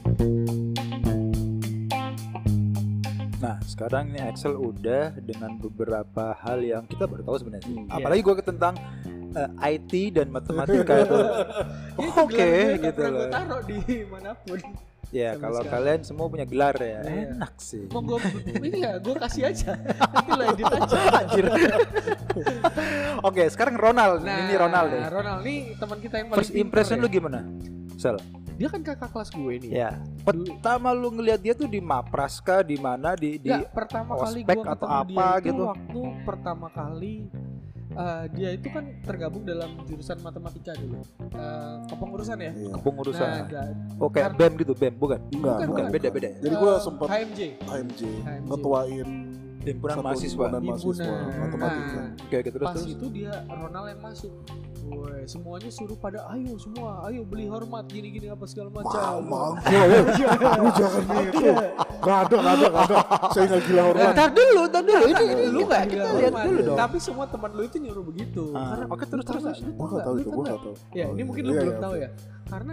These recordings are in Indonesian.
Nah, sekarang ini Excel udah dengan beberapa hal yang kita baru tahu sebenarnya sih. Apalagi gue tentang IT dan matematika itu. Oke, gitu loh. Gue taruh di manapun. Ya, kalau kalian semua punya gelar ya, enak sih. Mau gue ini ya, gue kasih aja. Nanti lo edit aja. Anjir. Oke, sekarang Ronald. Nah, ini Ronald deh. Ronald nih teman kita yang paling First impression lu ya. gimana? Sel. Dia kan kakak kelas gue nih. Ya. Pertama lu ngelihat dia tuh di Mapraska di mana di pertama kali ospek gue atau ketemu apa dia itu gitu. waktu pertama kali dia itu kan tergabung dalam jurusan matematika dulu. Kepengurusan ya. Iya. Kepengurusan. Nah, Oke, BEM gitu, BEM bukan? Bukan. Beda-beda. Jadi gue sempat HMJ. HMJ ngetuain Himpunan satu mahasiswa. himpunan mahasiswa matematika. Oke, terus Pas itu dia Ronald yang masuk. Woi, semuanya suruh pada ayo semua, ayo beli hormat gini-gini apa segala macam. Lu jangan gitu. Gak ada. Saya nggak gila hormat. Ntar dulu. Ini lu nggak kita lihat dulu dong. Tapi semua teman lu itu nyuruh begitu. Karena Oke, terus. Gue nggak tahu itu, gue nggak tahu. Ya, ini mungkin lu Iya, belum iya, tahu oke. ya. Karena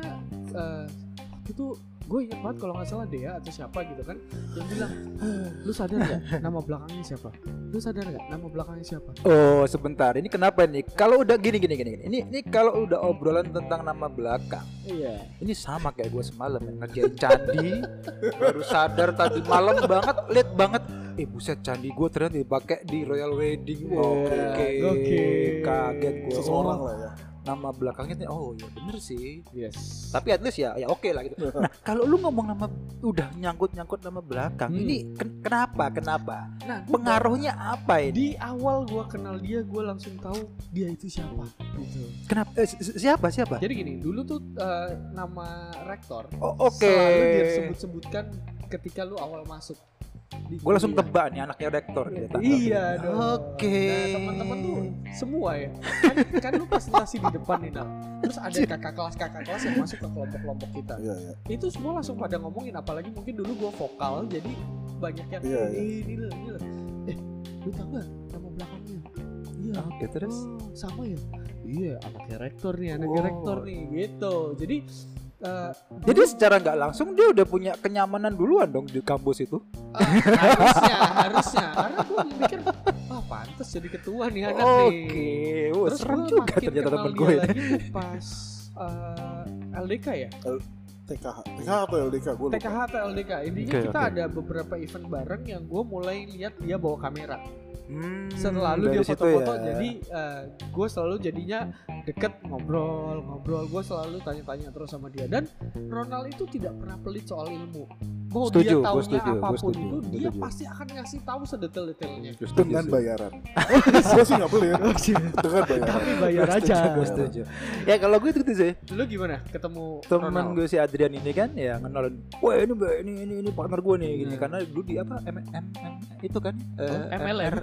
itu gue ingat banget kalau nggak salah Dea atau siapa gitu kan yang bilang, lu sadar nggak nama belakangnya siapa? Lu sadar nggak nama belakangnya siapa? Oh, sebentar. Ini kenapa nih? Kalau udah gini. Ini kalau udah obrolan tentang nama belakang. Iya. Ini sama kayak gue semalam ya, ngerjain candi. Baru sadar tadi malam banget, liat banget. Buset, candi gue ternyata dipakai di Royal Wedding. Oke. Kaget gue. Seseorang lah ya. Nama belakangnya oh ya bener sih. Yes. Tapi at least ya oke lah gitu. Nah, kalau lu ngomong nama udah nyangkut nama belakang, ini kenapa? Nah, Pengaruhnya apa ini? di awal gue kenal dia, gue langsung tahu dia itu siapa. Gitu. Kenapa? Siapa? Jadi gini, dulu tuh nama rektor Oke. selalu disebut-sebutkan ketika lu awal masuk. Gue langsung tebak nih anaknya rektor gitu. Iya dong. Oke. Nah, teman-teman tuh semua ya. Kan lu presentasi di depan nih, Nal. Terus ada kakak kelas yang masuk ke kelompok-kelompok kita. Iya. Itu semua langsung pada ngomongin, apalagi mungkin dulu gua vokal jadi banyak yang Iya. ini loh. Lu tau gak nama belakangnya? Iya. Oke, terus? Sama ya? Iya, anaknya rektor nih gitu. Jadi secara nggak langsung dia udah punya kenyamanan duluan dong di kampus itu. harusnya karena gue mikir pantas jadi ketua nih anak nih. Oke, Terus serem gua juga makin ternyata kenal temen dia gue ini. lagi tuh pas LDK ya. TKH atau LDK gue lupa. TKH atau LDK. Intinya kita ada beberapa event bareng yang gue mulai lihat dia bawa kamera. Selalu dia dari situ foto-foto, ya. jadi gue selalu jadinya deket, ngobrol. Gue selalu tanya-tanya terus sama dia. Dan Ronald itu tidak pernah pelit soal ilmu. Mau dia taunya apapun itu, dia pasti akan ngasih tahu sedetail-detailnya. Dengan bayaran. Gue sih nggak pelit. Dengan bayaran. Tapi bayar aja. Gue setuju. Ya kalau gue gitu sih. Lu gimana ketemu Temen Ronald? gue si Adrian ini kan ya ngenalin, wah ini partner gue nih gini karena dulu di apa itu kan MLM.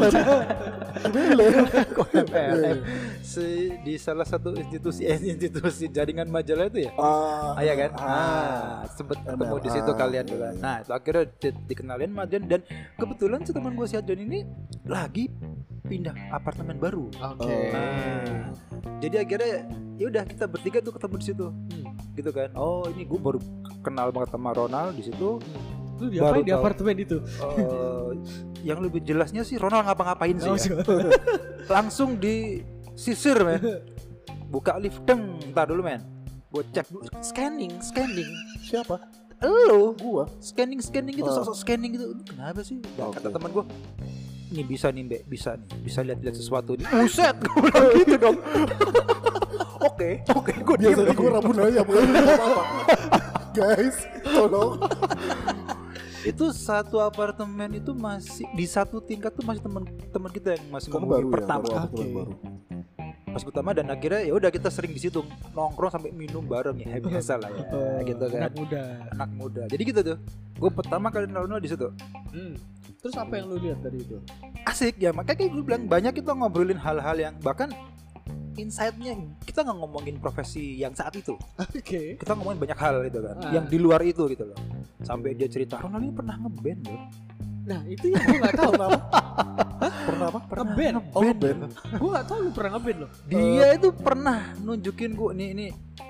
Kok MLM di salah satu institusi jaringan majalah itu ya. Iya kan. Sempet ketemu di situ kalian juga. Nah itu akhirnya dikenalin sama Adrian dan kebetulan si teman gue si Adrian ini lagi pindah apartemen baru. Oke. Jadi akhirnya ya udah kita bertiga tuh ketemu di situ. Gitu kan. Oh, ini gue baru kenal banget sama Ronald di situ. Lu diapain di apartemen itu? Yang lebih jelasnya sih Ronald ngapa-ngapain sih ya. Langsung disisir men. Buka lift ntar dulu men. Gue cek dulu scanning. Siapa? Lo Gua. scanning gitu sosok scanning gitu. Kenapa sih? Kata teman gue, ini bisa bisa lihat sesuatu nih. Buset, gue bilang gitu dong. Oke, gue Biasanya gue rabun aja bukan apa-apa. Guys, tolong. Itu satu apartemen itu masih di satu tingkat tuh masih teman kita yang masih Kan ngomongin baru pertama. ya, baru. Pas pertama dan akhirnya ya udah kita sering di situ nongkrong sampai minum bareng ya biasa lah ya gitu kan. Anak muda. Jadi gitu tuh. Gue pertama kali kenal di situ. Terus apa yang lu lihat dari itu? Asik ya, makanya kayak gue bilang banyak kita ngobrolin hal-hal yang bahkan insight-nya kita nggak ngomongin profesi yang saat itu. Oke. Kita ngomongin banyak hal gitu kan, yang di luar itu gitu loh. Sampai dia cerita Ronald ini pernah ngeband loh. Nah itu yang gue nggak tahu. Pernah apa? Ngeband. Ngeband. Gue nggak tahu lu pernah ngeband loh. Dia itu pernah nunjukin gue nih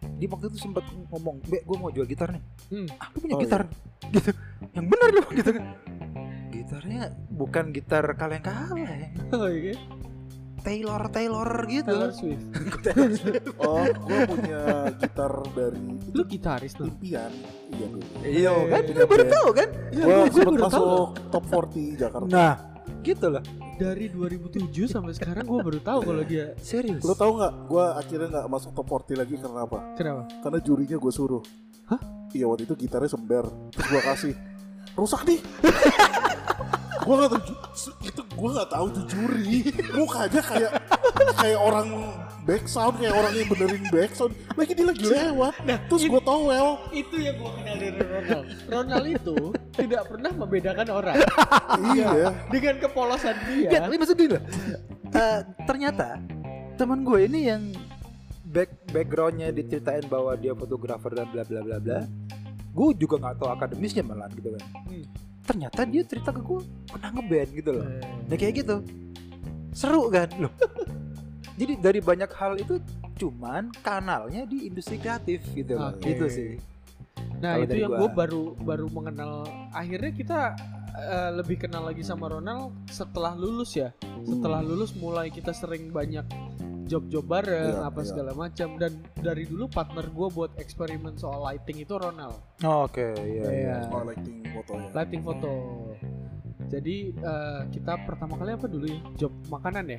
Dia waktu itu sempat ngomong, "Be, gue mau jual gitar nih." Aku punya Oh, gitar gitu. Yang benar loh gitu kan. Gitarnya bukan gitar kaleng-kaleng. Oh iya. Taylor gitu. Taylor Swift. Oh, gue punya gitar dari Lu gitaris tuh. impian. Iya dulu. Iya kan, kita baru tahu kan? Gue sempat baru tahu. masuk top 40 Jakarta. Nah, gitu lah. Dari 2007 sampai sekarang gue baru tahu kalau dia Serius. Lo tau nggak? Gue akhirnya nggak masuk top 40 lagi karena apa? kenapa? Karena jurinya gue suruh. Hah? Iya, waktu itu gitarnya sember. Terus gue kasih, rusak nih. Gue nggak tahu itu, gue nggak tahu tuh juri. Mukanya kayak orang back sound, kayak orang yang benerin back sound. Lagi dia lagi lewat. Nah, Terus gue towel. Itu yang gue kenal dari Ronald. Ronald itu tidak pernah membedakan orang. Iya. Dengan kepolosan dia. Ya, tapi maksud gini loh. Ternyata teman gue ini yang backgroundnya diceritain bahwa dia fotografer dan bla bla bla bla. Gue juga nggak tahu akademisnya malah gitu kan. Ternyata dia cerita ke gue pernah ngeband gitu loh. Nah kayak gitu seru kan loh. Jadi dari banyak hal itu cuman kanalnya di industri kreatif gitu loh. Oke. Gitu sih. Nah Kalau itu dari yang gua. gue baru mengenal. Akhirnya kita lebih kenal lagi sama Ronald setelah lulus ya. Setelah lulus mulai kita sering banyak job-job bareng Iya. segala macam. Dan dari dulu partner gue buat eksperimen soal lighting itu Ronald. Oke, iya. Iya. Oh, lighting fotonya. Lighting foto. Jadi kita pertama kali apa dulu ya? Job makanan ya?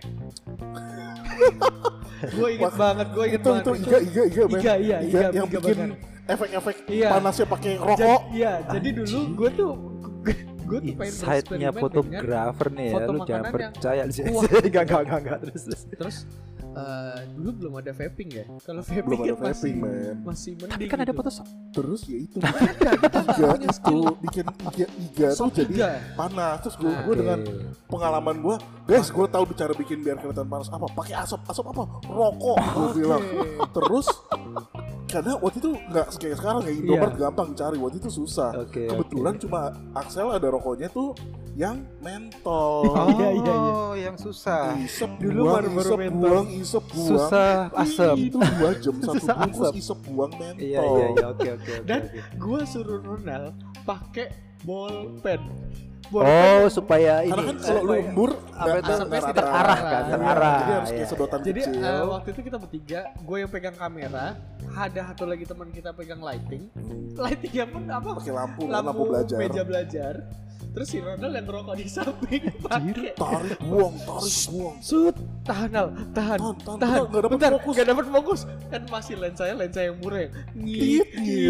Gue inget banget, gue inget banget. Itu iga men. Iga yang Iga bikin bakar. efek-efek Iya. panasnya pakai rokok. Jadi dulu gue tuh pengen Insight-nya bereksperimen fotografer nih ya, foto lu jangan makanan yang percaya sih. kuah. Enggak terus. Terus dulu belum ada vaping ya. Kalau vaping Belum ada kan vaping, men. masih Tapi mending. kan ada gitu. Photoshop. Terus ya itu Punya bikin iga tuh Soft jadi iga. panas. Terus gue Oke. dengan pengalaman gue, guys, gue tahu cara bikin biar kelihatan panas apa? Pakai asap apa? Rokok. Gue bilang. Terus karena waktu itu nggak kayak sekarang ya, Indomaret gampang cari. Waktu itu susah. Oke, Kebetulan cuma Axel ada rokoknya tuh yang mentol. Oh, yang susah. Isep Dulu buang, baru-baru isep mentol. buang, isep buang. Susah asem. Itu 2 jam satu Susah bungkus asem. isep buang mentol. Iya, oke. Dan gue suruh Ronald pakai bolpen. Oh, supaya ini. Karena kan kalau lu embur apa itu asapnya nggak tidak terarah kan, terarah. terarah. Jadi harus kayak Iya. sedotan Jadi kecil. waktu itu kita bertiga, gue yang pegang kamera, ada satu lagi teman kita pegang lighting. Lightingnya pun apa? Pakai lampu belajar. Meja belajar. Terus si Ronald yang ngerokok di samping pakai. Tarik buang. Sud, tahan. Tahan, nggak dapet Bentar, fokus. nggak dapet fokus. Kan masih lensa yang murah ya. Ngip.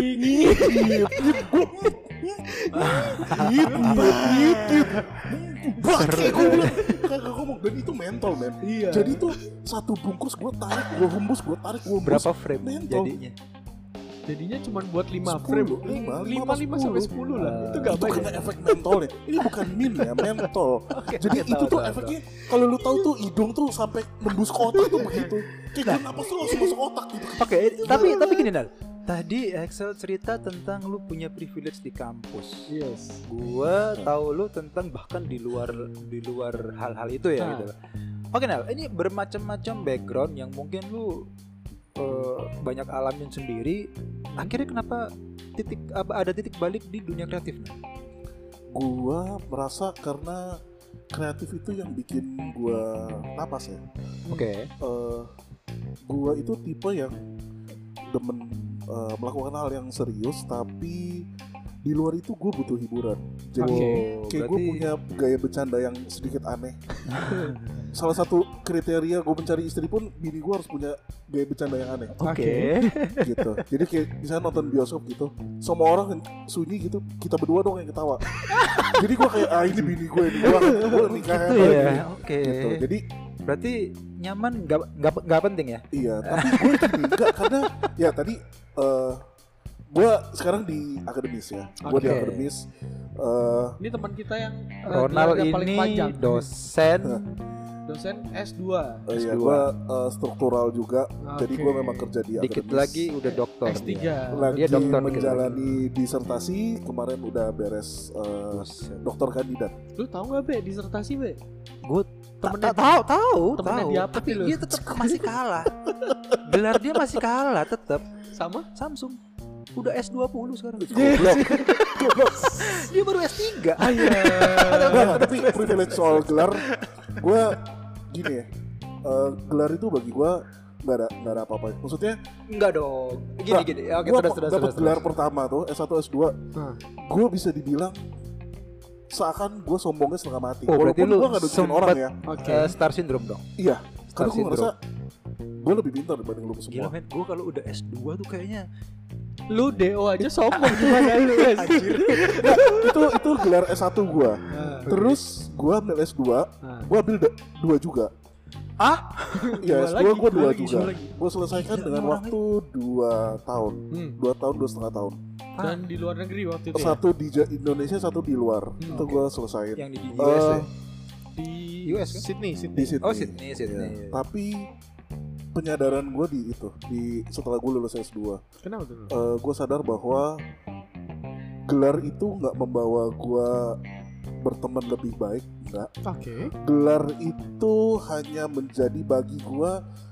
Kayak gue bilang, kagak ngomong. Dan itu mentol, men. Iya. Jadi tuh satu bungkus gue tarik, gue hembus, Berapa frame mentol. jadinya? Jadinya cuma buat 5 10, frame. 5 sampai 10 lah. Itu gak Itu banyak. karena efek mentol nih. Ini bukan min ya, mentol. Jadi itu tuh efeknya kalau lu tahu tuh hidung tuh sampai nembus ke otak tuh begitu. Kayak napas tuh langsung masuk otak gitu. Oke, tapi gini Nal. Tadi Axel cerita tentang lu punya privilege di kampus. Yes. Gua tahu lu tentang bahkan di luar hal-hal itu ya gitu. Oke Nal, ini bermacam-macam background yang mungkin lu banyak alamin sendiri. Akhirnya kenapa ada titik balik di dunia kreatif Nal? Gua merasa karena kreatif itu yang bikin gua napas ya. Oke. Gua itu tipe yang demen melakukan hal yang serius, tapi di luar itu gue butuh hiburan. Jadi kayak gue punya gaya bercanda yang sedikit aneh. Salah satu kriteria gue mencari istri pun bini gue harus punya gaya bercanda yang aneh. Oke. Gitu. Jadi kayak misalnya nonton bioskop gitu, semua orang sunyi gitu, kita berdua dong yang ketawa. Jadi gue kayak ini bini gue ini, gue nikahin Gitu ya. lagi. Oke. Gitu. Jadi Berarti nyaman nggak penting ya? iya, tapi gue gini, enggak, karena ya tadi gue sekarang di akademis ya. Gue di Oke. akademis. Ini teman kita yang Ronald gelarnya paling ini panjang. Dosen S2. Iya, S2. gue struktural juga. Oke. Jadi gue memang kerja di Dikit akademis. lagi udah dokter. S3. Lagi Dia dokter menjalani disertasi. Kemarin udah beres dokter kandidat. Lu tahu nggak Be disertasi Be? Gue Temennya tahu. temennya dia apa Tapi sih lu? dia tetap masih kalah. Gelar dia masih kalah tetap. Sama Samsung. Udah S20 sekarang. Goblok. Dia baru S3. Nah, tapi privilege soal gelar, gue gini ya, gelar itu bagi gue nggak ada apa-apa. Maksudnya Enggak dong. Gini. Oke, gue sudah. dapat gelar pertama tuh S1 S2, gue bisa dibilang seakan gue sombongnya setengah mati. Oh, berarti walaupun lu gue nggak nunjukin orang ya. Star syndrome dong. Iya, karena gue syndrome. ngerasa gue lebih pintar dibanding lu Gila semua. men, gue kalau udah S2 tuh kayaknya lu DO aja sombong gimana lu anjir. Itu gelar S1 gue. Terus gue ambil S2, gue ambil 2 juga. Iya, S2 gue 2 juga. Gue selesaikan dengan waktu 2 tahun. 2 tahun, 2,5 tahun. Dan di luar negeri waktu itu. Satu di Indonesia, satu di luar. Itu gue selesaiin. yang di US ya. Di US kan? Sydney. Di Sydney. Oh Sydney. Ya. Tapi penyadaran gue setelah gue lulus S2. Kenapa tuh? Gue sadar bahwa gelar itu nggak membawa gue berteman lebih baik, enggak. Oke. Gelar itu hanya menjadi bagi gue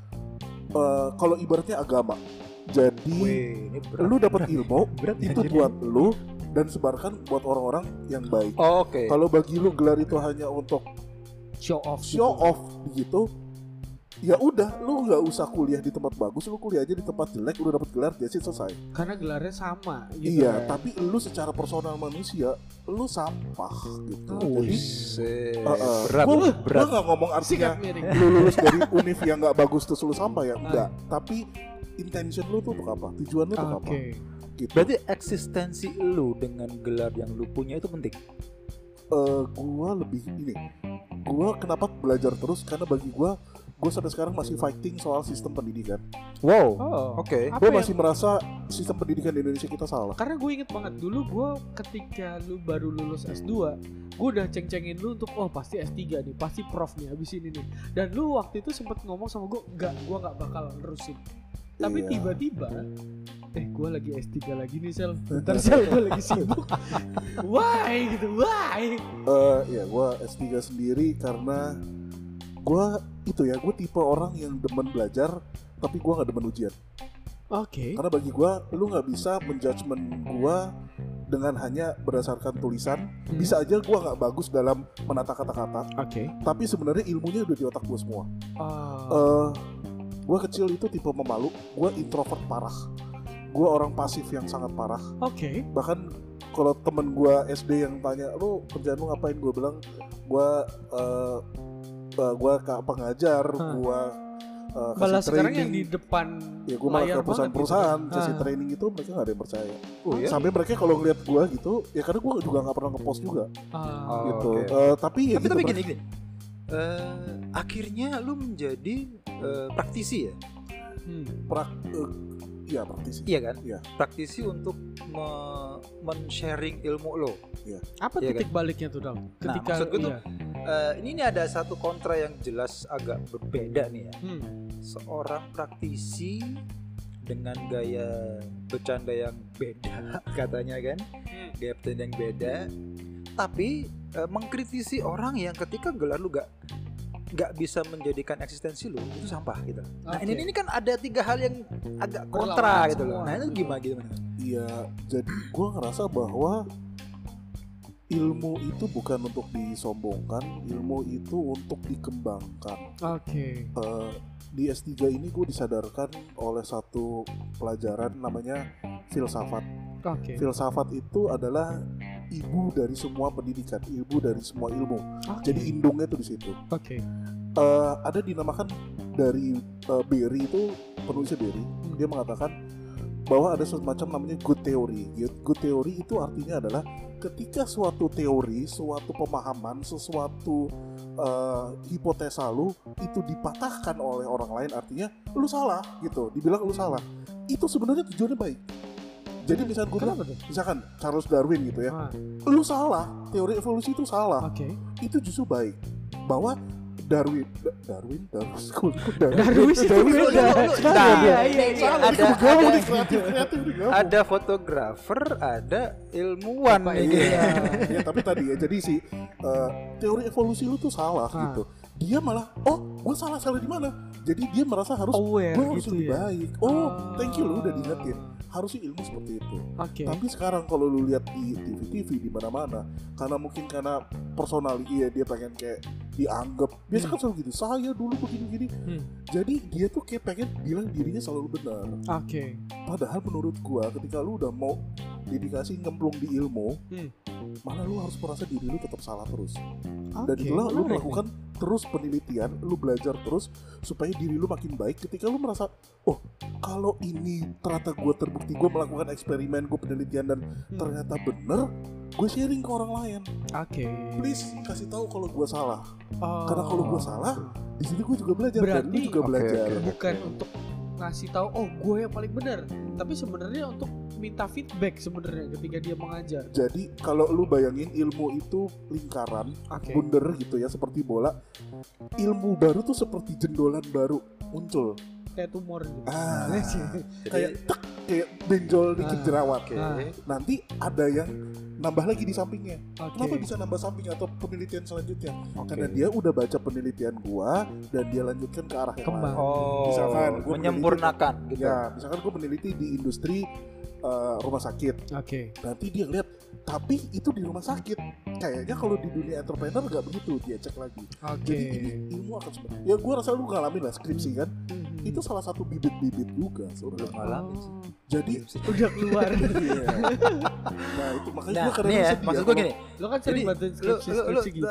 kalau ibaratnya agama. Jadi Ini berat. lu dapat ilmu itu Anjir. buat lu dan sebarkan buat orang-orang yang baik. Oke. Kalau bagi lu gelar itu hanya untuk Show off. show off gitu, ya udah lu nggak usah kuliah di tempat bagus, lu kuliah aja di tempat jelek, lu dapat gelar jadi selesai. Karena gelarnya sama gitu. Iya, tapi lu secara personal manusia lu sampah gitu. Jadi berat. Gue nggak ngomong artinya Sikat miring. lu lulus dari univ yang nggak bagus terus lu sampah ya, enggak. Tapi intention lu tuh untuk apa? Tujuan lu untuk apa? Gitu. Berarti eksistensi lu dengan gelar yang lu punya itu penting. Gua lebih ini. Gua kenapa belajar terus? Karena bagi gua sampai sekarang masih fighting soal sistem pendidikan. Wow. Oh. Oke. Apa Gue yang- masih merasa sistem pendidikan di Indonesia kita salah. Karena gue inget banget dulu gue ketika lu baru lulus S2, gue udah ceng-cengin lu untuk pasti S3 nih, pasti prof nih abis ini nih. Dan lu waktu itu sempet ngomong sama gue gak bakal nerusin. Tapi Iya. tiba-tiba gue lagi S3 lagi nih Sel. Bentar Sel, gue lagi sibuk. Why gitu, why? Ya gue S3 sendiri karena gue tipe orang yang demen belajar tapi gue nggak demen ujian. Oke. Karena bagi gue lu nggak bisa menjudgment gue dengan hanya berdasarkan tulisan. Bisa aja gue nggak bagus dalam menata kata-kata, Oke. tapi sebenarnya ilmunya udah di otak gue semua. Gue kecil itu tipe pemalu, gue introvert parah, gue orang pasif yang sangat parah. Oke. Bahkan kalau temen gue SD yang tanya lu kerjaan lu ngapain, gue bilang gue pengajar, gue Malah kasih sekarang yang training. di depan Ya gue malah layar ke perusahaan-perusahaan banget gitu. kasih training itu, mereka gak ada yang percaya. Oh ya. Sampai mereka kalau ngeliat gue gitu, ya karena gue juga gak pernah ngepost juga gitu. oke. Tapi ya Tapi gitu, gini. Akhirnya lu menjadi praktisi ya? Iya praktisi. Iya kan? Iya. Praktisi untuk men-sharing ilmu lo. Apa Iya titik baliknya tuh Dal? Ketika maksud gue tuh, iya. ini ada satu kontra yang jelas agak berbeda nih ya. Seorang praktisi dengan gaya bercanda yang beda katanya kan, gaya bercanda yang beda, tapi mengkritisi orang yang ketika gelar lu gak bisa menjadikan eksistensi lu itu sampah gitu. Nah Oke. ini kan ada 3 hal yang agak kontra Berlawanan gitu loh. semua. Nah itu gimana? Iya, jadi gue ngerasa bahwa ilmu itu bukan untuk disombongkan, ilmu itu untuk dikembangkan. Oke. Di S3 ini gue disadarkan oleh satu pelajaran namanya filsafat. Oke. Filsafat itu adalah ibu dari semua pendidikan, ibu dari semua ilmu. Oke. Jadi indungnya itu di situ. Oke. Ada dinamakan dari Berry itu, penulisnya Berry, dia mengatakan bahwa ada semacam namanya good theory. Good theory itu artinya adalah ketika suatu teori, suatu pemahaman, sesuatu hipotesa lu itu dipatahkan oleh orang lain, artinya lu salah gitu, dibilang lu salah. Itu sebenarnya tujuannya baik. Jadi misalkan gue bilang, misalkan Charles Darwin gitu ya, lu salah, teori evolusi itu salah. Oke. Itu justru baik. Bahwa Darwin itu beda. Ada fotografer, ada ilmuwan nih. Ya tapi tadi ya, jadi si teori evolusi lu tuh salah gitu. dia malah gue salah di mana. Jadi dia merasa harus gue harus gitu lebih ya? baik. Thank you lu udah diingetin. Harusnya ilmu seperti itu. Tapi sekarang kalau lu lihat di TV di mana-mana, karena personal dia pengen kayak dianggap. Biasa kan selalu gitu. Saya dulu begini-gini. Jadi dia tuh kayak pengen bilang dirinya selalu benar. Padahal menurut gua ketika lu udah mau dedikasi nyemplung di ilmu, malah lu harus merasa diri lu tetap salah terus. Dan itulah lu melakukan terus penelitian, lu belajar terus supaya diri lu makin baik. Ketika lu merasa kalau ini ternyata gue terbukti, gue melakukan eksperimen, gue penelitian dan ternyata bener, gue sharing ke orang lain. Please kasih tahu kalau gue salah. Karena kalau gue salah, di sini gue juga belajar. Berarti, dan lu juga belajar. Bukan untuk ngasih tahu gue yang paling benar, tapi sebenarnya untuk minta feedback sebenarnya ketika dia mengajar. Jadi kalau lu bayangin ilmu itu lingkaran, bundar gitu ya, seperti bola. Ilmu baru tuh seperti jendolan baru muncul. Kayak tumor gitu. Kayak benjol dikit jerawat. Nanti ada yang nambah lagi di sampingnya. Kenapa bisa nambah samping atau penelitian selanjutnya? Karena dia udah baca penelitian gua dan dia lanjutkan ke arah yang lain. Misalkan gua menyempurnakan gitu. Ya, misalkan gua meneliti di industri rumah sakit. Nanti dia lihat, tapi itu di rumah sakit. Kayaknya kalau di dunia entrepreneur nggak begitu, dia cek lagi. Jadi ini ilmu akan sebenarnya. Ya gue rasa lu ngalamin lah skripsi kan. Itu salah satu bibit-bibit juga sebenarnya. Ngalamin sih. Jadi udah keluar. Nah itu makanya gue kadang sedih. Maksud gue gini, lo kan sering bantuin skripsi gitu.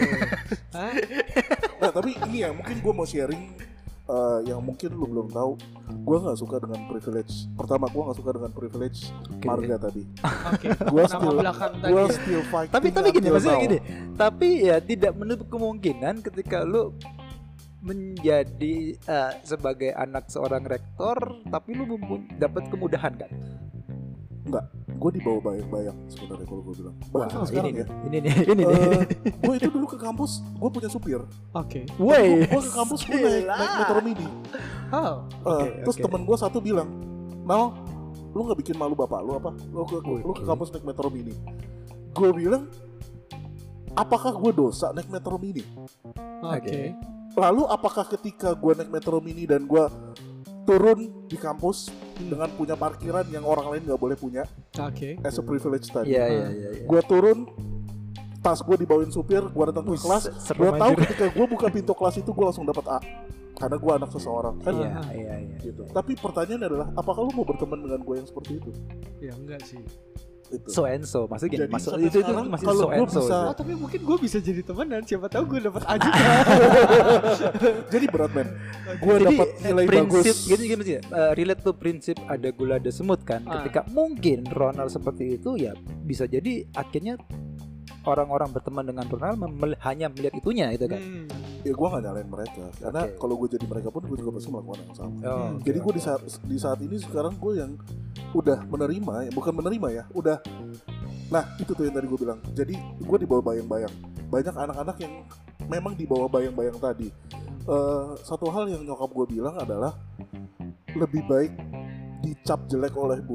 Nah tapi ini ya mungkin gue mau sharing yang mungkin lu belum tahu. Gue nggak suka dengan privilege. Pertama gue nggak suka dengan privilege marga tadi. Gue still fighting. Tapi gini, maksudnya gini. Tapi ya tidak menutup kemungkinan ketika lu menjadi sebagai anak seorang rektor, tapi lu dapat kemudahan kan? Enggak, gue dibawa bayang-bayang sebenarnya kalau gue bilang. Bahkan sekarang ini nih. Gue itu dulu ke kampus, gue punya supir. Woi. Gue ke kampus gue naik metro mini. Terus temen gue satu bilang, "Nal, lu nggak bikin malu bapak lu apa? Lu ke kampus naik metro mini." Gue bilang, apakah gue dosa naik metro mini? Lalu apakah ketika gue naik metro mini dan gue turun di kampus dengan punya parkiran yang orang lain nggak boleh punya, as a privilege tadi. Gue turun, tas gue dibawain supir, gue datang ke kelas, gue tahu ketika gue buka pintu kelas itu gue langsung dapat A, karena gue anak seseorang. Kan? Gitu. Tapi pertanyaannya adalah, apakah lu mau berteman dengan gue yang seperti itu? Ya enggak sih. So and so, maksudnya gini, itu masih kalau so and so. Tapi mungkin gue bisa jadi temenan, siapa tahu gue dapat A juga. Jadi berat men, gue dapat nilai prinsip, bagus. Gini sih, relate to prinsip ada gula ada semut kan. Ketika mungkin Ronald seperti itu, ya bisa jadi akhirnya orang-orang berteman dengan Ronald hanya melihat itunya itu kan. Ya gue gak nyalain mereka, karena kalau gue jadi mereka pun gue juga pasti melakukan yang sama. Jadi gue di saat ini sekarang gue yang udah menerima, bukan menerima ya, udah. Nah itu tuh yang tadi gue bilang. Jadi gue dibawa bayang-bayang. Banyak anak-anak yang memang dibawa bayang-bayang tadi. Satu hal yang nyokap gue bilang adalah lebih baik dicap jelek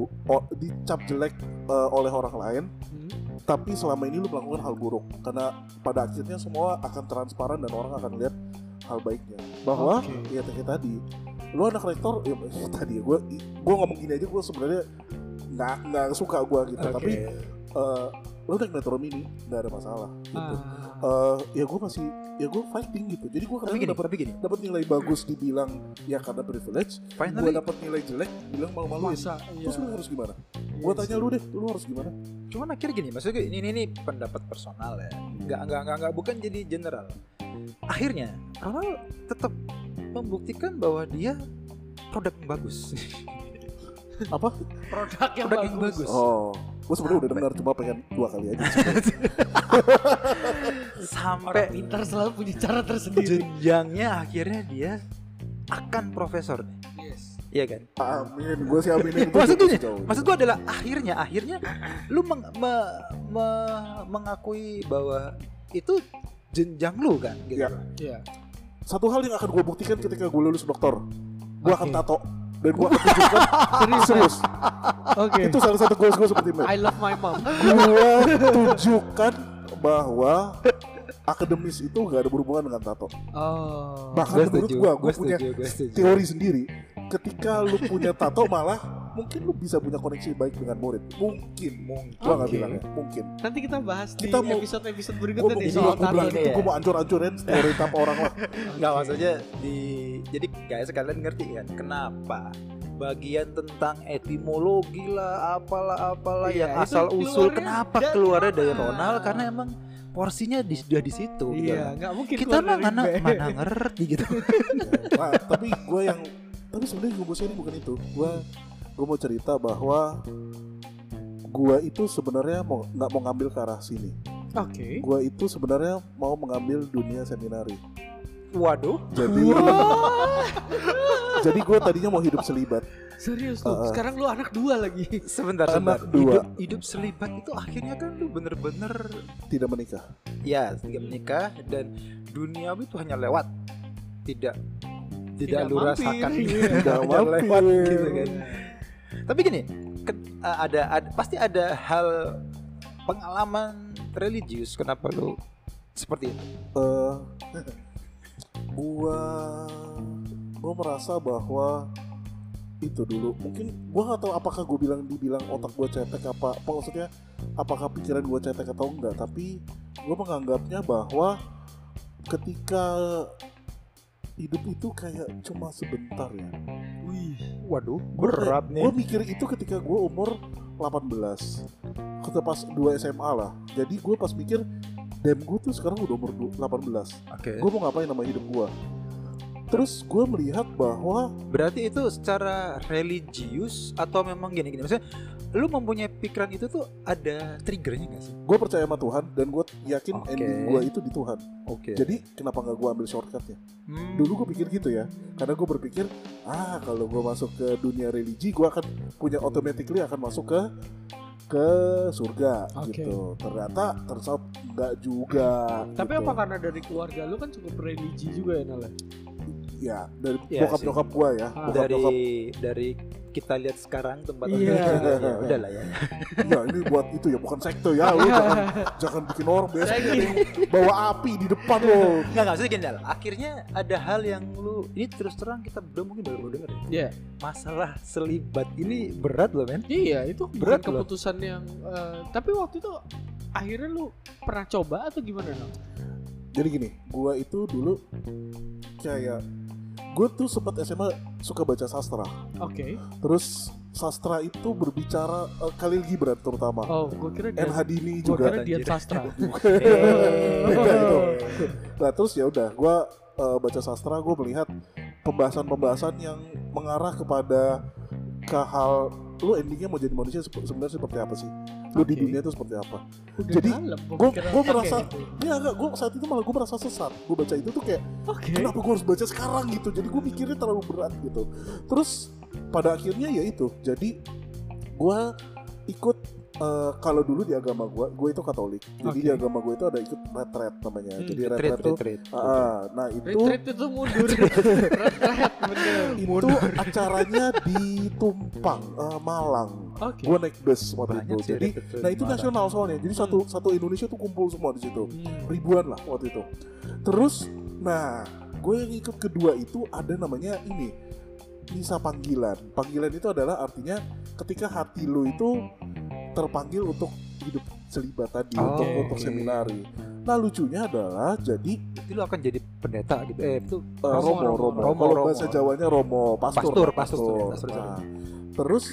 oleh orang lain, tapi selama ini lu melakukan hal buruk, karena pada akhirnya semua akan transparan dan orang akan lihat hal baiknya. Bahwa ya kayak tadi, lu anak rektor, ya tadi gue ngomong gini aja, gue sebenarnya nggak suka gue gitu, tapi lu naik metro mini nggak ada masalah gitu. Ya gue masih, ya gue fighting gitu. Jadi gue kadang dapat nilai bagus dibilang ya karena privilege, gue dapat nilai jelek bilang malu-maluin. Terus lu harus gimana? Gue tanya lu deh, lu harus gimana? Cuman akhirnya gini, maksudnya ini pendapat personal ya, nggak bukan jadi general. Akhirnya Ronald tetap membuktikan bahwa dia produk yang bagus. Apa? Produk yang bagus. Oh, gue sebenarnya udah dengar, cuma pengen 2 kali aja. Sampai pintar selalu punya cara tersendiri. Jenjangnya akhirnya dia akan profesor. Iya kan? Amin, gue sih aminin. Maksud gue adalah akhirnya lu mengakui bahwa itu jenjang lu kan gitu. Iya. Satu hal yang akan gue buktikan ketika gue lulus doktor, gue akan tato dan gue akan tunjukkan serius. Itu salah satu goals gue seperti itu. I love my mom. Gue tunjukkan bahwa akademis itu gak ada berhubungan dengan tato. Bahkan menurut gue punya teori sendiri. Ketika lu punya tato malah mungkin lu bisa punya koneksi baik dengan murid. Mungkin. Gua nggak bilang ya. Mungkin. Nanti kita bahas di episode berikutnya nih soal tato. Gue mau ancur-ancurin teori tato orang lah. Nggak, maksudnya jadi guys sekalian ngerti kan kenapa bagian tentang etimologi lah apalah yang asal usul kenapa keluarnya dari Ronald, karena emang porsinya sudah di situ. Iya, nggak mungkin kita mana ngerti gitu. Nah, tapi sebenarnya gue ini bukan itu. Gue mau cerita bahwa gue itu sebenarnya nggak mau ngambil ke arah sini. Oke. Gue itu sebenarnya mau mengambil dunia seminari. Waduh. Jadi gue tadinya mau hidup selibat. Serius tuh? Sekarang lu anak 2 lagi. Sebentar. Anak 2. Hidup selibat itu akhirnya kan lu bener-bener tidak menikah. Ya, tidak menikah dan duniawi itu hanya lewat. Tidak lu rasakan. Tidak lewat gitu kan. Tapi gini, pasti ada hal pengalaman religius kenapa lu seperti itu. Gue merasa bahwa itu dulu mungkin gue nggak tahu apakah gue dibilang otak gue cetek maksudnya apakah pikiran gue cetek atau enggak, tapi gue menganggapnya bahwa ketika hidup itu kayak cuma sebentar ya. Waduh, berat nih. Gue mikir itu ketika gue umur 18, ketika pas 2 SMA lah. Jadi gue pas mikir, gue tuh sekarang udah umur 18. Gue mau ngapain sama hidup gue? Terus gue melihat bahwa berarti itu secara religius atau memang gini maksudnya lu mempunyai pikiran itu tuh ada triggernya gak sih? Gue percaya sama Tuhan dan gue yakin ending gue itu di Tuhan. Jadi kenapa gak gue ambil shortcutnya? Dulu gue pikir gitu ya, karena gue berpikir kalau gue masuk ke dunia religi gue akan punya automatically akan masuk ke surga gitu. Ternyata enggak juga. Tapi gitu. apa karena dari keluarga lu kan cukup religi juga ya Nala? Ya dari bokap nyokap gue ya. Dari kita lihat sekarang tempat ya udah lah ya. Ya ini buat itu ya, bukan sekte ya. Lu jangan bikin orang biasa bawa api di depan lo. Enggak maksudnya gini, akhirnya ada hal yang lu ini terus terang kita berdua mungkin baru dengar ya. Iya. Masalah selibat ini berat loh men. Iya, itu berat keputusan yang tapi waktu itu akhirnya lu pernah coba atau gimana dong? Jadi gini, gue itu dulu kayak gue tuh sempat SMA suka baca sastra. Terus sastra itu berbicara Khalil Gibran terutama. Gue kira NH Dini juga. Gue kira dia sastra. Beda itu. Nah terus ya udah, gue baca sastra, gue melihat pembahasan yang mengarah kepada ke hal lu endingnya mau jadi manusia sebenarnya seperti apa sih? Lu di dunia itu seperti apa? Jadi gue merasa gue saat itu malah gue merasa sesat. Gue baca itu tuh kayak kenapa gue harus baca sekarang gitu? Jadi gue mikirnya terlalu berat gitu. Terus pada akhirnya ya itu. Jadi gue ikut kalau dulu di agama gue itu Katolik. Jadi di agama gue itu ada ikut retreat namanya. Jadi retreat tuh nah itu retreat itu mundur. Retreat bener. Itu acaranya di Tumpang, Malang. Gue naik bus waktu itu. Jadi nah itu nasional soalnya. Jadi satu Indonesia tuh kumpul semua di situ. Ribuan lah waktu itu. Terus nah gue yang ikut kedua itu ada namanya ini misa panggilan. Panggilan itu adalah artinya ketika hati lo itu terpanggil untuk hidup selibat tadi, untuk seminari. Nah lucunya adalah jadi itu lo akan jadi pendeta gitu. Itu Romo. Kalau bahasa Jawanya Romo, pastor. Nah, terus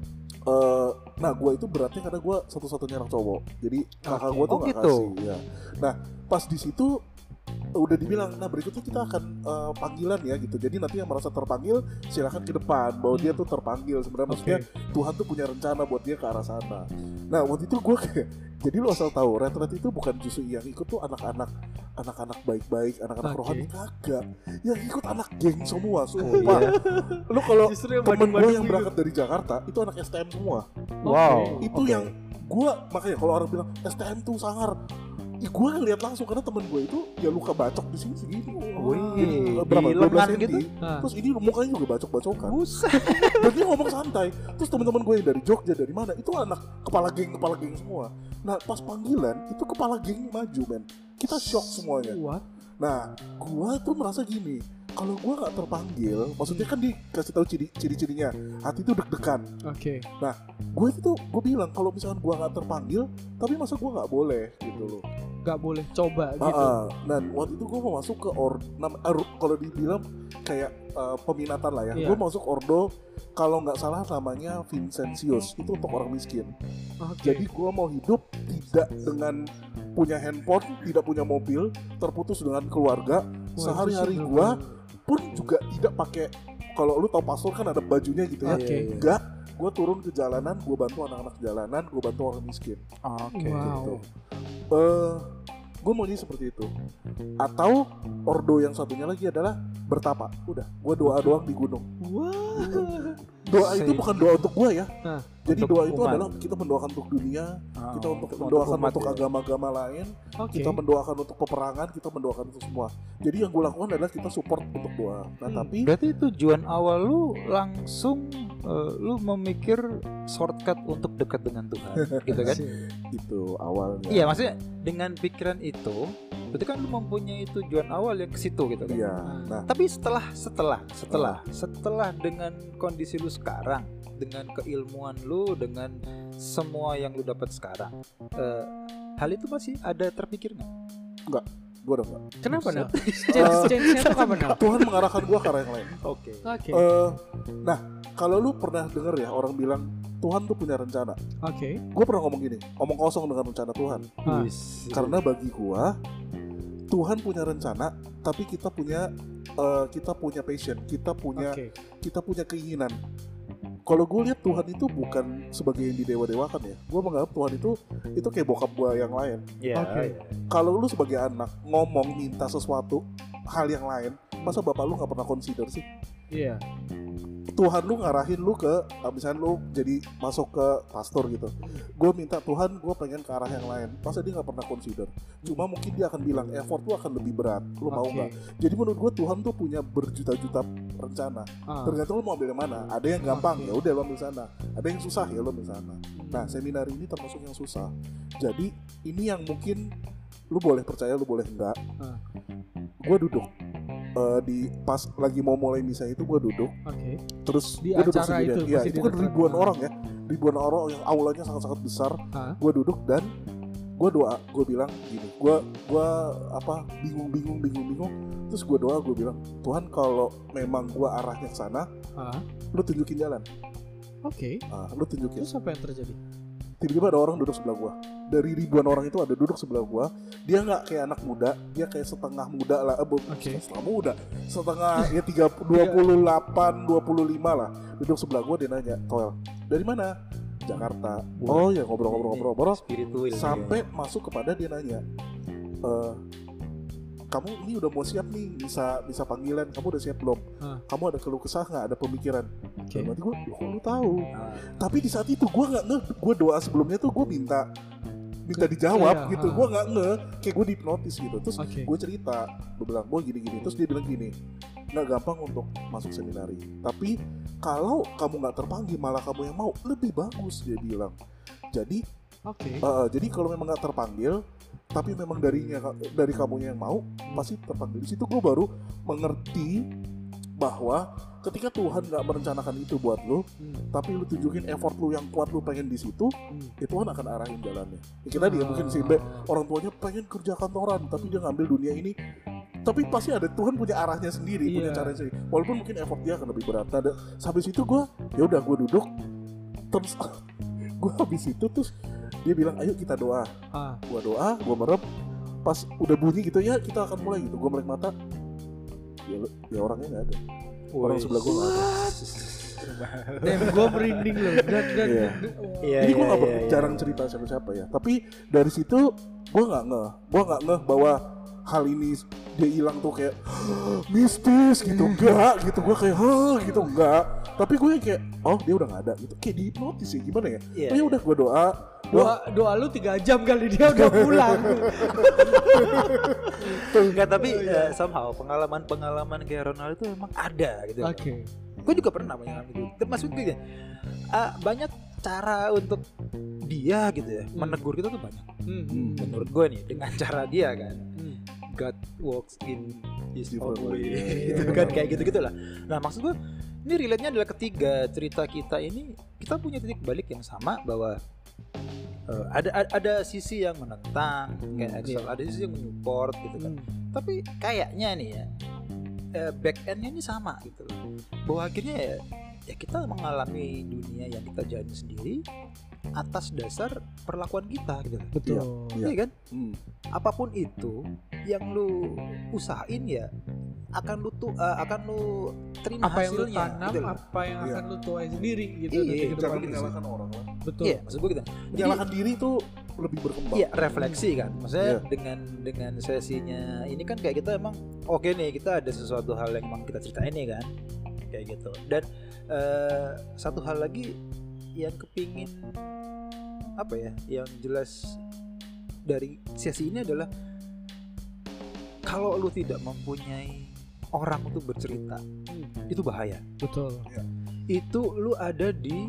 nah gue itu beratnya karena gue satu-satunya anak cowok. Jadi kakak gue tuh nggak kasih. Ya. Nah pas di situ udah dibilang, nah berikutnya kita akan panggilan ya gitu. Jadi nanti yang merasa terpanggil silakan ke depan, bahwa dia tuh terpanggil sebenarnya. Maksudnya Tuhan tuh punya rencana buat dia ke arah sana. Nah waktu itu gue kayak, jadi lu asal tahu retret itu bukan justru yang ikut tuh anak-anak baik-baik, anak-anak rohani, kagak. Yang ikut anak geng semua, sumpah. Lu kalau temen gue yang berangkat dari Jakarta itu anak STM semua. Itu yang gue makanya kalau orang bilang STM tuh sangar, gue lihat langsung karena temen gue itu ya luka bacok di sini segini. berapa? 12 cm. Gitu? Terus ini mukanya juga bacok-bacokan. Buset. Dan dia ngomong santai. Terus teman-teman gue yang dari Jogja dari mana itu anak kepala geng semua. Nah pas panggilan itu kepala geng maju men. Kita shock semuanya. Nah gue tuh merasa gini, kalau gue nggak terpanggil, maksudnya kan dikasih tahu ciri-cirinya, hati itu deg-degan. Nah gue bilang kalau misalkan gue nggak terpanggil, tapi masa gue nggak boleh gitu loh. Gak boleh coba gitu. Dan waktu itu gue mau masuk ke kalau dibilang kayak peminatan lah ya. Gue masuk ordo kalau nggak salah namanya Vincentius, itu untuk orang miskin. Jadi gue mau hidup tidak dengan punya handphone, tidak punya mobil, terputus dengan keluarga. Sehari-hari gue pun juga tidak pakai, kalau lu tau pastor kan ada bajunya gitu ya. Enggak, gue turun ke jalanan, gue bantu anak-anak jalanan, gue bantu orang miskin. Gitu. Gue maunya seperti itu. Atau ordo yang satunya lagi adalah bertapa. Udah, gue doa doang di gunung. Doa itu bukan doa untuk gue ya. Jadi doa itu adalah kita mendoakan untuk dunia, kita untuk mendoakan untuk agama-agama lain, kita mendoakan untuk peperangan, kita mendoakan untuk semua. Jadi yang gue lakukan adalah kita support untuk doa. Nah tapi berarti tujuan awal lu langsung lu memikir shortcut untuk dekat dengan Tuhan, gitu kan? Itu awalnya. Iya, maksudnya dengan pikiran itu, berarti kan lu mempunyai tujuan awal yang ke situ gitu kan? Iya. Nah, tapi setelah dengan kondisi lu sekarang, dengan keilmuan lu, dengan semua yang lu dapat sekarang, hal itu masih ada terpikir nggak? Enggak. Gue udah enggak. Kenapa nak? Change-nya tuh kapan nak? Tuhan mengarahkan gue ke arah yang lain. Oke. Nah, kalau lu pernah denger ya orang bilang Tuhan tuh punya rencana. Gue pernah ngomong gini, omong kosong dengan rencana Tuhan. Karena bagi gue Tuhan punya rencana, tapi kita punya passion, kita punya keinginan. Kalau gue lihat Tuhan itu bukan sebagai yang didewa-dewakan ya. Gue menganggap Tuhan itu kayak bokap gue yang lain. Kalau lu sebagai anak ngomong minta sesuatu hal yang lain, masa bapak lu nggak pernah consider sih? Tuhan lu ngarahin lu ke, misalnya lu jadi masuk ke pastor gitu. Gue minta Tuhan, gue pengen ke arah yang lain. Masa dia nggak pernah consider? Cuma mungkin dia akan bilang effort lu akan lebih berat. Lu mau nggak? Jadi menurut gue Tuhan tuh punya berjuta-juta rencana. Tergantung lu mau ambil yang mana. Ada yang gampang, ya udah lu ambil sana. Ada yang susah, ya lu ambil sana. Nah seminar ini termasuk yang susah. Jadi ini yang mungkin lu boleh percaya, lu boleh enggak. Gue duduk. Pas lagi mau mulai misa itu gue duduk, terus di gue duduk acara sendirian. itu, Ya itu kan ribuan orang ya, ribuan orang yang aulanya sangat-sangat besar. Gue duduk dan gue doa, gue bilang gini, gue bingung. Terus gue doa, gue bilang Tuhan kalau memang gue arahnya ke sana, lu tunjukin jalan. Lu tunjukin. Terus apa yang terjadi? Tiba-tiba ada orang duduk sebelah gua. Dari ribuan orang itu ada duduk sebelah gua. Dia nggak kayak anak muda, dia kayak setengah muda lah. Setengah muda, setengah ya 28, 25 lah. Duduk sebelah gua, dia nanya, Toel, dari mana? Jakarta. Oh ya, ngobrol. Sampai masuk kepada dia nanya, kamu ini udah mau siap nih bisa panggilan, kamu udah siap belum? Kamu ada keluh kesah nggak, ada pemikiran? Berarti gue, kok lu tahu? Tapi di saat itu gue nggak nge, gue doa sebelumnya tuh gue minta dijawab gitu, gue nggak nge, kayak gue dihipnotis gitu. Terus gue cerita, gue bilang, gue gini, terus dia bilang gini, nggak gampang untuk masuk seminari, tapi kalau kamu nggak terpanggil malah kamu yang mau, lebih bagus, dia bilang. Jadi jadi kalau memang nggak terpanggil, tapi memang dari kamunya yang mau, pasti terpanggil. Di situ gue baru mengerti bahwa ketika Tuhan nggak merencanakan itu buat lo, tapi lu tunjukin effort lu yang kuat, lu pengen di situ, ya Tuhan akan arahin jalannya. Ya, kita dia mungkin sampai orang tuanya pengen kerja kantoran, tapi dia ngambil dunia ini. Tapi pasti ada, Tuhan punya arahnya sendiri, punya caranya sendiri. Walaupun mungkin effort dia akan lebih berat. Nah, sampai situ gue, ya udah gue duduk, terus gue habis itu terus dia bilang, ayo kita doa. Gue doa, gue merem. Pas udah bunyi gitu, ya kita akan mulai gitu. Gue melek mata, ya orangnya nggak ada. Orang sebelah gue nggak ada. Gue merinding loh. Jadi gue nggak jarang cerita siapa-siapa ya. Tapi dari situ gue nggak ngeh bahwa hal ini dia hilang tuh kayak mistis gitu, enggak gitu. Gue kayak gitu, enggak. Tapi gue kayak, oh dia udah nggak ada gitu, kayak dihipnotis ya, gimana ya? Ya udah gue doa, Doa lu 3 jam kali dia udah pulang. Enggak, tapi somehow pengalaman kayak Ronaldo itu emang ada gitu. Oke. Gue juga pernah mengalami itu. Termasuk gue banyak cara untuk dia gitu ya menegur kita tuh banyak. Menurut gue nih dengan cara dia kan. God walks in his own way. Gitu kan kayak gitu-gitulah. Nah, maksud gue ini relate-nya adalah ketiga cerita kita ini kita punya titik balik yang sama bahwa ada sisi yang menentang kayak Axel, ada sisi yang menyupport gitu kan. Tapi kayaknya nih ya back end-nya ini sama gitu loh. Bahwa akhirnya ya kita mengalami dunia yang kita jalani sendiri atas dasar perlakuan kita gitu. Betul. Iya kan? Apapun itu yang lu usahain ya akan lu terima apa hasilnya. Yang lu tanam, gitu apa yang akan lu tuai sendiri gitu. Jangan menyalahkan orang lah. Betul. Iya, maksud gue gitu. Menyalahkan diri itu lebih berkembang. Iya, refleksi kan. Maksudnya dengan sesinya ini kan kayak kita emang oke nih, kita ada sesuatu hal yang emang kita ceritain nih kan. Kayak gitu. Dan satu hal lagi yang kepingin apa ya, yang jelas dari sesi ini adalah kalau lu tidak mempunyai orang untuk bercerita, itu bahaya. Betul. Itu lu ada di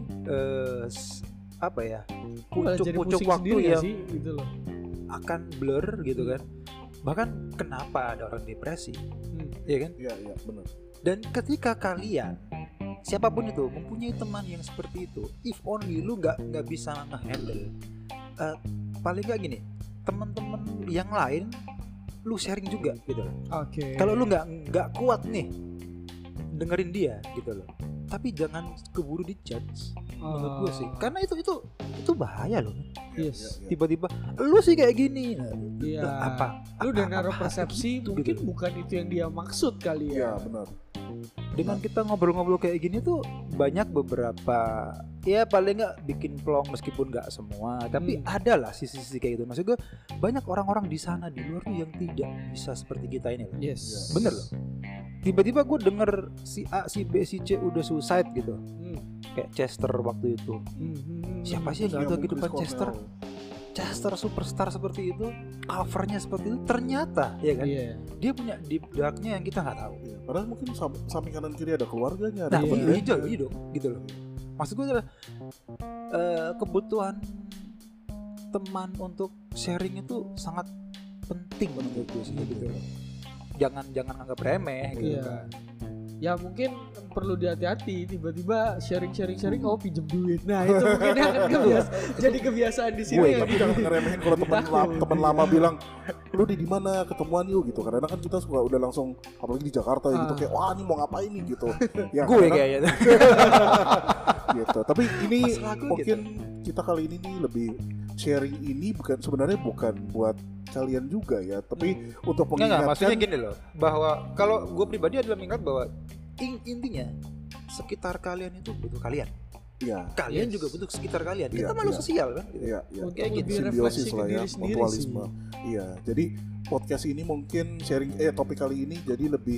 apa ya, pucuk-pucuk waktu yang sih, gitu loh. akan blur gitu kan. Bahkan kenapa ada orang depresi, ya kan? Iya benar. Dan ketika kalian siapapun itu mempunyai teman yang seperti itu, if only lu nggak bisa ngehandle, paling nggak gini, teman-teman yang lain lu sharing juga gitu loh. Oke. Kalau lu nggak kuat nih dengerin dia gitu loh, tapi jangan keburu dijudge menurut gue sih, karena itu bahaya loh. Yes. Tiba-tiba lu sih kayak gini, apa? Lu udah naruh persepsi gitu, mungkin bukan itu yang dia maksud kali ya. Iya benar. Dengan kita ngobrol-ngobrol kayak gini tuh banyak beberapa ya paling nggak bikin plong, meskipun nggak semua, tapi ada lah sisi-sisi kayak gitu. Maksud gue banyak orang-orang di sana di luar tuh yang tidak bisa seperti kita ini loh. Yes. Bener loh. Tiba-tiba gue denger si A, si B, si C udah suicide gitu. Kayak Chester waktu itu. Siapa sih yang nggak tahu kehidupan Chester? Chester superstar seperti itu, covernya seperti itu, ternyata ya kan, dia punya deep darknya yang kita nggak tahu. Padahal mungkin samping kanan kiri ada keluarganya. Nah, iya dong, gitu loh. Maksud gue adalah kebutuhan teman untuk sharing itu sangat penting menurut gue sih gitu loh. Jangan anggap remeh gitu kan. Ya mungkin perlu dihati-hati, tiba-tiba sharing oh pinjem duit. Nah itu mungkin akan jadi kebiasaan di sini. Tapi jangan ngeremehin kalau teman lama bilang lu di mana ketemuan yuk gitu. Karena kan kita suka udah langsung, apalagi di Jakarta gitu, kayak wah ini mau ngapain nih gitu. Ya, gue kayaknya gitu. Tapi ini mungkin kita kali ini nih lebih sharing ini sebenarnya bukan buat kalian juga ya, tapi untuk mengingatkan. Enggak, maksudnya gini loh, bahwa kalau gue pribadi adalah mengingat bahwa intinya sekitar kalian itu butuh kalian. Iya. Kalian juga butuh sekitar kalian. Kita makhluk sosial kan. Iya. Kayak gitu. Simbiosis lah ya, mutualisme. Iya. Jadi podcast ini mungkin sharing topik kali ini jadi lebih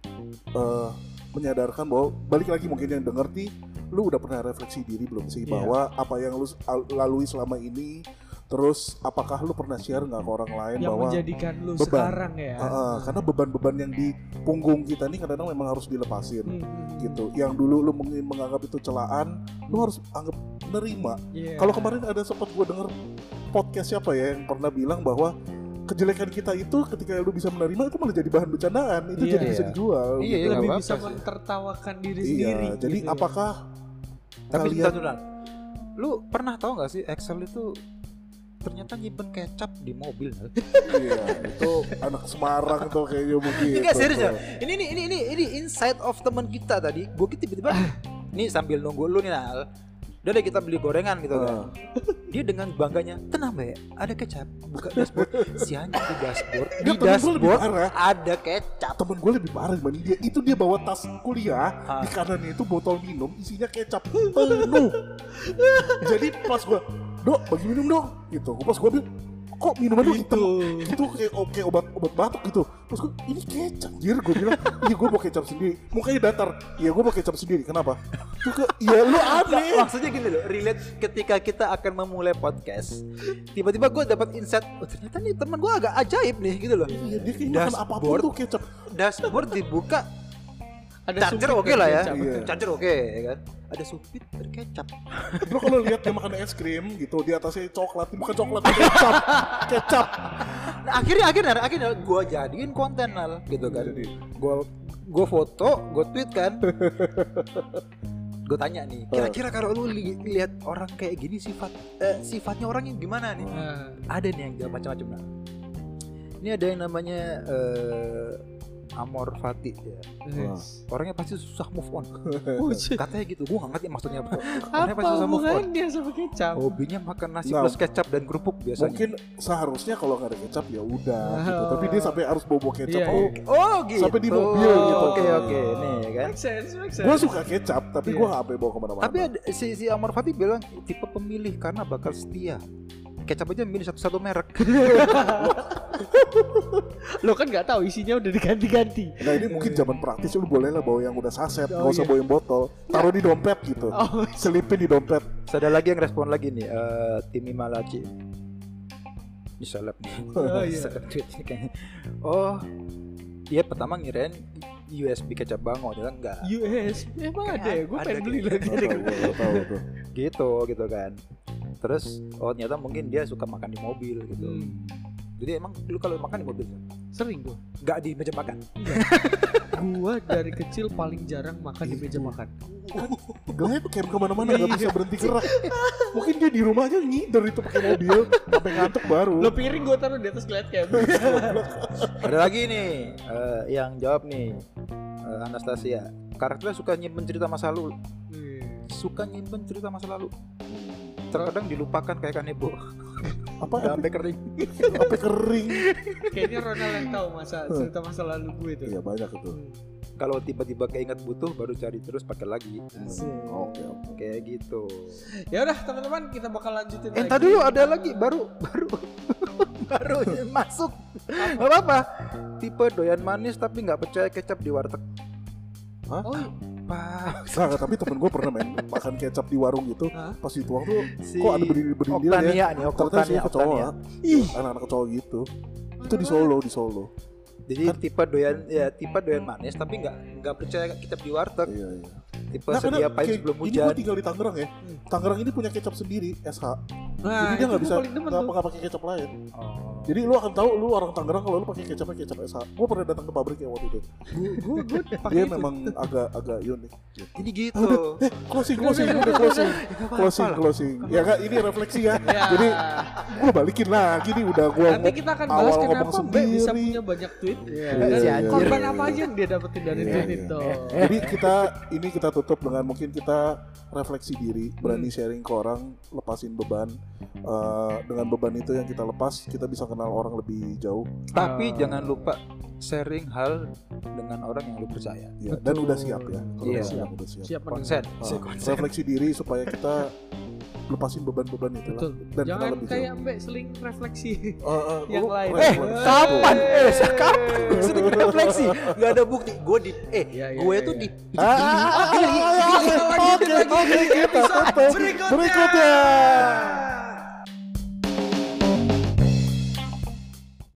menyadarkan bahwa balik lagi mungkin yang denger nih, lu udah pernah refleksi diri belum sih bahwa apa yang lu lalui selama ini. Terus apakah lu pernah share nggak ke orang lain yang bahwa menjadikan lu beban, sekarang ya? Karena beban-beban yang di punggung kita nih kadang-kadang memang harus dilepasin gitu. Yang dulu lu menganggap itu celaan, lu harus anggap menerima. Kalau kemarin ada sempat gue denger podcast siapa ya yang pernah bilang bahwa kejelekan kita itu ketika lu bisa menerima itu malah jadi bahan bercandaan, itu jadi bisa dijual. Iya, gitu. Lebih bisa mentertawakan diri sendiri. Jadi gitu apakah tapi kalian lu pernah tahu nggak sih Axel itu ternyata nyimpen kecap di mobil? Iya, itu anak Semarang tuh kayaknya begitu. Enggak serius ya. Ini insight of teman kita tadi. Gue tiba-tiba nih sambil nunggu lu nih Nal. Udah deh kita beli gorengan gitu kan. Dia dengan bangganya, tenang be, ada kecap. Buka dashboard, sianya di dashboard. Di dashboard ada kecap. Temen gue lebih parah dibanding dia. Itu dia bawa tas kuliah, di kanannya itu botol minum isinya kecap penuh. Jadi pas gue, Dok, bagi minum dong gitu. Pas gue bilang, kok minuman lu hitam gitu kayak obat batuk gitu. Terus gue ini kecap anjir, gue bilang iya gue mau kecap sendiri. Mukanya datar, iya gue mau kecap sendiri. Kenapa? Tuh iya lu aneh. Maksudnya gini loh, relate ketika kita akan memulai podcast, tiba-tiba gue dapat insight, oh ternyata nih teman gue agak ajaib nih gitu loh. Iya dia kayak makan apapun tuh kecap. Dashboard dibuka, ada charger oke lah ya, iya. charger oke ya kan. Ada supit berkecap. Lo kalau lihat dia makan es krim gitu, di atasnya coklat, bukan coklat, kecap. Nah, akhirnya gue jadiin konten Nal gitu kan. Gue foto, gue tweet kan. Gue tanya nih, kira-kira kalau lu lihat orang kayak gini sifatnya orangnya gimana nih? Ada nih yang jawab macam-macam. Nah, ini ada yang namanya Amor Fati ya. Orangnya pasti susah move on. Katanya gitu, gue gak ngerti maksudnya apa. Orangnya pasti susah move on. Dia sama kecap? Hobinya makan nasi plus kecap dan kerupuk biasanya. Mungkin seharusnya kalau nggak ada kecap ya udah gitu. Tapi dia sampai harus bawa kecap. Oh gitu. Sampai di mobil gitu. Oke nih kan. Make sense. Gue suka kecap, tapi gue gak sampai bawa kemana-mana. Tapi si Amor Fati bilang tipe pemilih karena bakal setia. Kecap aja milih satu merek. Lo kan nggak tahu isinya udah diganti-ganti. Nah ini mungkin zaman praktis lu boleh lah bawa yang udah saset, nggak usah bawa yang botol, taruh di dompet gitu, selipin di dompet. Ada lagi yang respon lagi nih, Timi Malaci. Ini seleb nih. Seleb tweet ini kayaknya. Oh, dia pertama ngirain USB kecap bango, dia enggak. USB emang ada ya? Gue pengen beli lagi. Tahu tuh. Gitu kan. Terus ternyata mungkin dia suka makan di mobil gitu. Jadi emang lu kalau makan di mobil sering gue. Enggak di meja makan. Gua dari kecil paling jarang makan di meja makan. Gak camp kemana-mana gak bisa berhenti gerak. Mungkin dia di rumahnya ngider itu pakai mobil sampai ngantuk baru. Lo piring gue taruh di atas glad cam. Ada lagi nih yang jawab nih Anastasia. Karakternya suka nyimpen cerita masa lalu. Suka nyimpen cerita masa lalu. Terkadang dilupakan kayak kanebo. Apa sampai kering. Sampai kering. Kayaknya Ronald yang tahu cerita masa lalu gue itu. Iya banyak itu. Kalau tiba-tiba keinget butuh baru cari terus pakai lagi. Oke. Kayak gitu. Ya udah teman-teman kita bakal lanjutin lagi. Tadi dulu ada lagi baru masuk. Gak apa-apa. Tipe doyan manis tapi nggak percaya kecap di warteg. Hah? Oh Nah, tapi temen gue pernah makan kecap di warung gitu. Pas dituang tuh kok ada berdiri Oktania nih, Oktania kecoa. Anak-anak kecoa gitu. Itu di Solo. Jadi tipe doyan manis tapi nggak percaya kecap di warteg. Iya. Tipe sedia pahit sebelum hujan. Ini gue tinggal di Tangerang ya. Tangerang ini punya kecap sendiri SH. Jadi dia nggak bisa nggak pakai kecap lain. Jadi lu akan tahu lu orang Tangerang kalau lu pakai kecap SH. Gue pernah datang ke pabrik ya waktu itu. Dia memang agak unik. Ini gitu. Closing. Ya kak, ini refleksi ya. Jadi gue balikin lagi nih udah gue. Nanti kita akan bahas kenapa Mbak bisa punya banyak tweet. Korban apa aja yang dia dapetin dari tweet itu. Jadi kita tutup dengan mungkin kita refleksi diri, berani sharing ke orang, lepasin beban. Dengan beban itu yang kita lepas, kita bisa kenal orang lebih jauh. Tapi jangan lupa sharing hal dengan orang yang lu percaya. Ya, dan udah siap ya. Iya. Udah siap. Konsen. Refleksi diri supaya kita lepasin beban-beban itu lah. Dan jangan kayak Mbak seling refleksi yang lain. Kapan sering refleksi? Gak ada bukti. Gue tuh di Oke, kita tutup berikutnya.